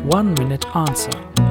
One-Minute Answer.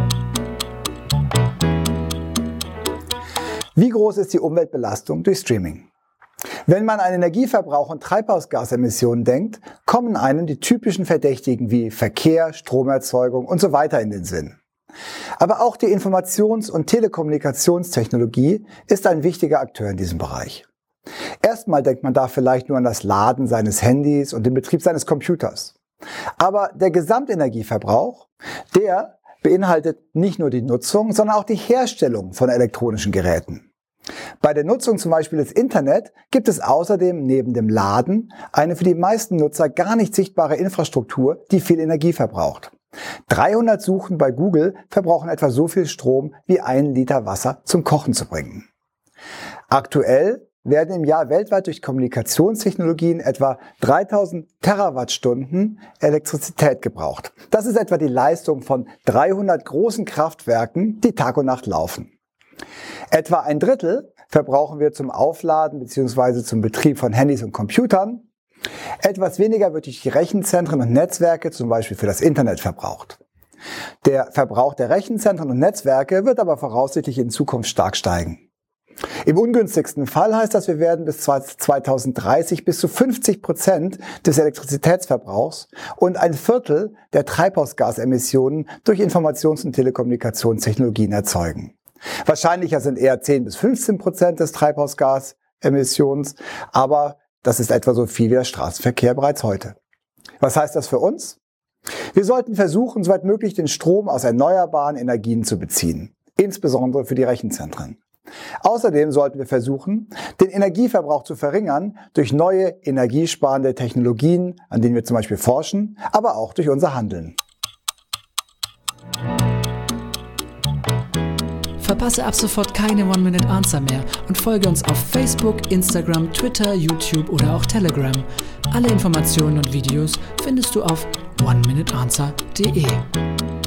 Wie groß ist die Umweltbelastung durch Streaming? Wenn man an Energieverbrauch und Treibhausgasemissionen denkt, kommen einem die typischen Verdächtigen wie Verkehr, Stromerzeugung und so weiter in den Sinn. Aber auch die Informations- und Telekommunikationstechnologie ist ein wichtiger Akteur in diesem Bereich. Erstmal denkt man da vielleicht nur an das Laden seines Handys und den Betrieb seines Computers. Aber der Gesamtenergieverbrauch, der beinhaltet nicht nur die Nutzung, sondern auch die Herstellung von elektronischen Geräten. Bei der Nutzung zum Beispiel des Internet gibt es außerdem neben dem Laden eine für die meisten Nutzer gar nicht sichtbare Infrastruktur, die viel Energie verbraucht. 300 Suchen bei Google verbrauchen etwa so viel Strom wie 1 Liter Wasser zum Kochen zu bringen. Aktuell werden im Jahr weltweit durch Kommunikationstechnologien etwa 3000 Terawattstunden Elektrizität gebraucht. Das ist etwa die Leistung von 300 großen Kraftwerken, die Tag und Nacht laufen. Etwa 1/3 verbrauchen wir zum Aufladen bzw. zum Betrieb von Handys und Computern. Etwas weniger wird durch die Rechenzentren und Netzwerke, zum Beispiel für das Internet, verbraucht. Der Verbrauch der Rechenzentren und Netzwerke wird aber voraussichtlich in Zukunft stark steigen. Im ungünstigsten Fall heißt das, wir werden bis 2030 bis zu 50% des Elektrizitätsverbrauchs und 1/4 der Treibhausgasemissionen durch Informations- und Telekommunikationstechnologien erzeugen. Wahrscheinlicher sind eher 10 bis 15% des Treibhausgasemissions, aber das ist etwa so viel wie der Straßenverkehr bereits heute. Was heißt das für uns? Wir sollten versuchen, soweit möglich den Strom aus erneuerbaren Energien zu beziehen, insbesondere für die Rechenzentren. Außerdem sollten wir versuchen, den Energieverbrauch zu verringern durch neue energiesparende Technologien, an denen wir zum Beispiel forschen, aber auch durch unser Handeln. Verpasse ab sofort keine One-Minute-Answer mehr und folge uns auf Facebook, Instagram, Twitter, YouTube oder auch Telegram. Alle Informationen und Videos findest du auf oneminuteanswer.de.